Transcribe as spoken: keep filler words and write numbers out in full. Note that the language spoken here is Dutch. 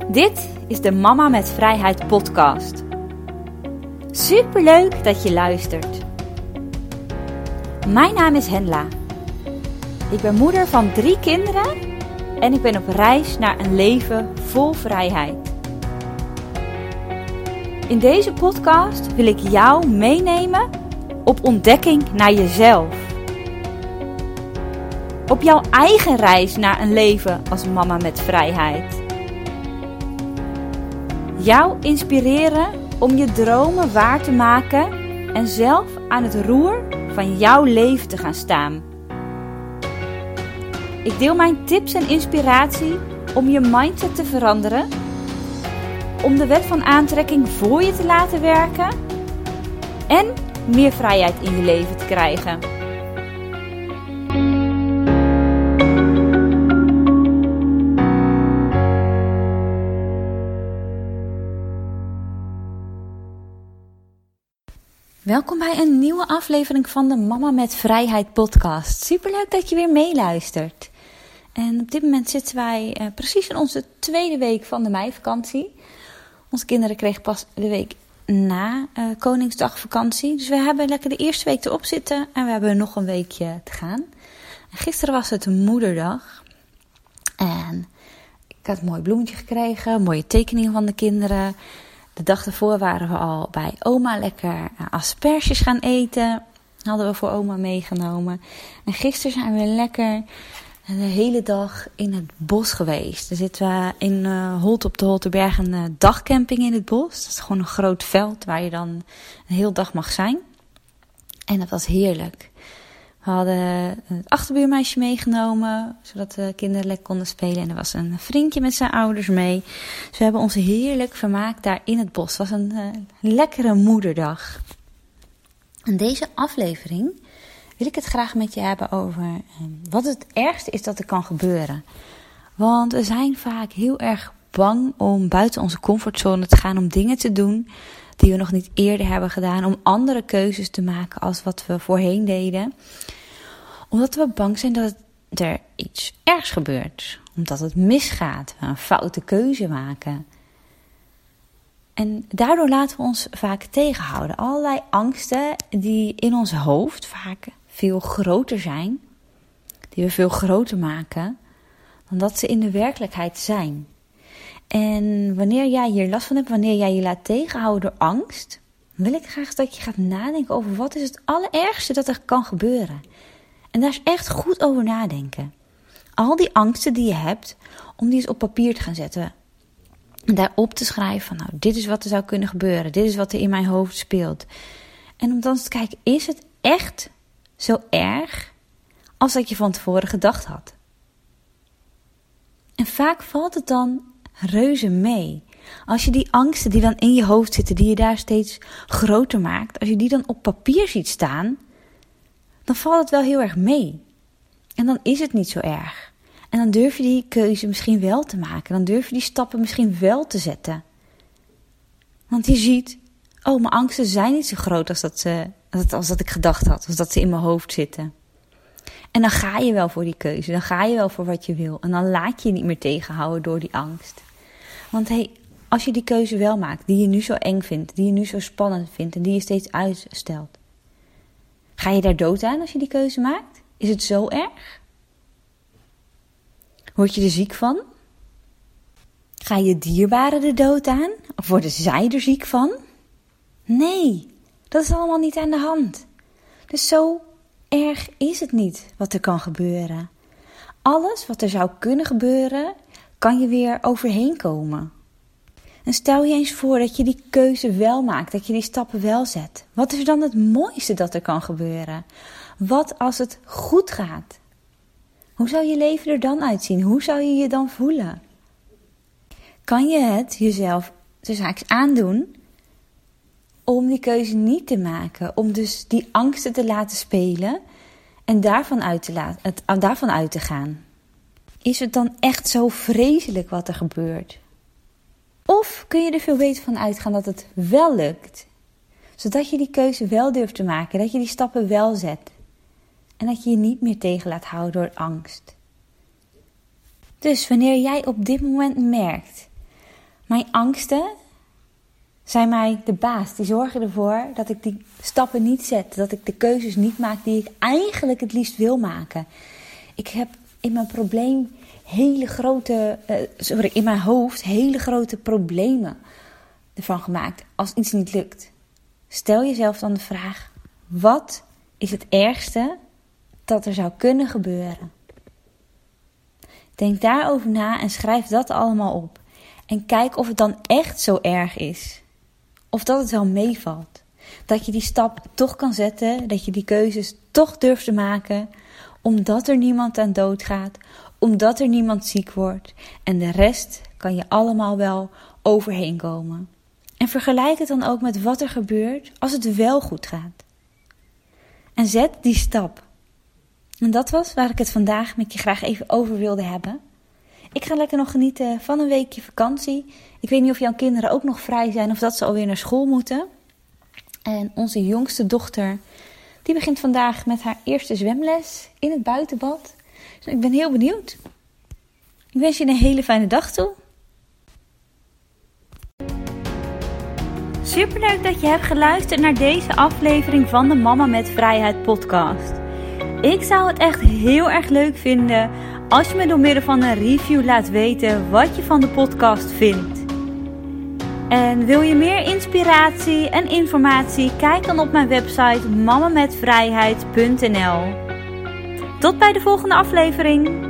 Dit is de Mama met Vrijheid podcast. Superleuk dat je luistert. Mijn naam is Henla. Ik ben moeder van drie kinderen en ik ben op reis naar een leven vol vrijheid. In deze podcast wil ik jou meenemen op ontdekking naar jezelf. Op jouw eigen reis naar een leven als mama met vrijheid. Jou inspireren om je dromen waar te maken en zelf aan het roer van jouw leven te gaan staan. Ik deel mijn tips en inspiratie om je mindset te veranderen, om de wet van aantrekking voor je te laten werken en meer vrijheid in je leven te krijgen. Welkom bij een nieuwe aflevering van de Mama met Vrijheid podcast. Superleuk dat je weer meeluistert. En op dit moment zitten wij uh, precies in onze tweede week van de meivakantie. Onze kinderen kregen pas de week na uh, Koningsdag vakantie. Dus we hebben lekker de eerste week erop zitten en we hebben nog een weekje te gaan. En gisteren was het moederdag. En ik had een mooi bloemetje gekregen, mooie tekeningen van de kinderen. De dag ervoor waren we al bij oma lekker asperges gaan eten. Hadden we voor oma meegenomen. En gisteren zijn we lekker de hele dag in het bos geweest. Er zitten we in uh, Holt op de Holterberg een uh, dagcamping in het bos. Dat is gewoon een groot veld waar je dan een hele dag mag zijn. En dat was heerlijk. We hadden het achterbuurmeisje meegenomen, zodat de kinderen lekker konden spelen. En er was een vriendje met zijn ouders mee. Dus we hebben ons heerlijk vermaakt daar in het bos. Het was een uh, lekkere moederdag. In deze aflevering wil ik het graag met je hebben over uh, wat het ergste is dat er kan gebeuren. Want we zijn vaak heel erg bang om buiten onze comfortzone te gaan, om dingen te doen die we nog niet eerder hebben gedaan, om andere keuzes te maken als wat we voorheen deden. Omdat we bang zijn dat er iets ergs gebeurt. Omdat het misgaat, we een foute keuze maken. En daardoor laten we ons vaak tegenhouden. Allerlei angsten die in ons hoofd vaak veel groter zijn, die we veel groter maken dan dat ze in de werkelijkheid zijn. En wanneer jij hier last van hebt, wanneer jij je laat tegenhouden door angst, wil ik graag dat je gaat nadenken over wat is het allerergste dat er kan gebeuren. En daar is echt goed over nadenken. Al die angsten die je hebt, om die eens op papier te gaan zetten. En daarop te schrijven van, nou, dit is wat er zou kunnen gebeuren. Dit is wat er in mijn hoofd speelt. En om dan eens te kijken, is het echt zo erg als dat je van tevoren gedacht had? En vaak valt het dan reuze mee. Als je die angsten die dan in je hoofd zitten, die je daar steeds groter maakt, als je die dan op papier ziet staan, dan valt het wel heel erg mee. En dan is het niet zo erg. En dan durf je die keuze misschien wel te maken. Dan durf je die stappen misschien wel te zetten. Want je ziet, oh, mijn angsten zijn niet zo groot als dat, ze, als dat ik gedacht had, als dat ze in mijn hoofd zitten. En dan ga je wel voor die keuze, dan ga je wel voor wat je wil. En dan laat je je niet meer tegenhouden door die angst. Want hey, als je die keuze wel maakt, die je nu zo eng vindt, die je nu zo spannend vindt en die je steeds uitstelt. Ga je daar dood aan als je die keuze maakt? Is het zo erg? Word je er ziek van? Ga je dierbaren er dood aan? Of worden zij er ziek van? Nee, dat is allemaal niet aan de hand. Dus zo erg is het niet wat er kan gebeuren. Alles wat er zou kunnen gebeuren, kan je weer overheen komen. En stel je eens voor dat je die keuze wel maakt, dat je die stappen wel zet. Wat is dan het mooiste dat er kan gebeuren? Wat als het goed gaat? Hoe zou je leven er dan uitzien? Hoe zou je je dan voelen? Kan je het jezelf dus eigenlijk aandoen om die keuze niet te maken? Om dus die angsten te laten spelen en daarvan uit te, laten, daarvan uit te gaan? Is het dan echt zo vreselijk wat er gebeurt? Of kun je er veel beter van uitgaan dat het wel lukt? Zodat je die keuze wel durft te maken, dat je die stappen wel zet. En dat je je niet meer tegen laat houden door angst. Dus wanneer jij op dit moment merkt Mijn angsten zijn mij de baas. Die zorgen ervoor dat ik die stappen niet zet. Dat ik de keuzes niet maak die ik eigenlijk het liefst wil maken. Ik heb in mijn probleem hele grote, uh, sorry, in mijn hoofd hele grote problemen ervan gemaakt als iets niet lukt. Stel jezelf dan de vraag: wat is het ergste dat er zou kunnen gebeuren? Denk daarover na en schrijf dat allemaal op. En kijk of het dan echt zo erg is. Of dat het wel meevalt. Dat je die stap toch kan zetten. Dat je die keuzes toch durft te maken. Omdat er niemand aan dood gaat. Omdat er niemand ziek wordt. En de rest kan je allemaal wel overheen komen. En vergelijk het dan ook met wat er gebeurt als het wel goed gaat. En zet die stap. En dat was waar ik het vandaag met je graag even over wilde hebben. Ik ga lekker nog genieten van een weekje vakantie. Ik weet niet of jouw kinderen ook nog vrij zijn of dat ze alweer naar school moeten. En onze jongste dochter, die begint vandaag met haar eerste zwemles in het buitenbad. Dus ik ben heel benieuwd. Ik wens je een hele fijne dag toe. Superleuk dat je hebt geluisterd naar deze aflevering van de Mama met Vrijheid podcast. Ik zou het echt heel erg leuk vinden als je me door middel van een review laat weten wat je van de podcast vindt. En wil je meer inspiratie en informatie? Kijk dan op mijn website mama met vrijheid punt n l. Tot bij de volgende aflevering.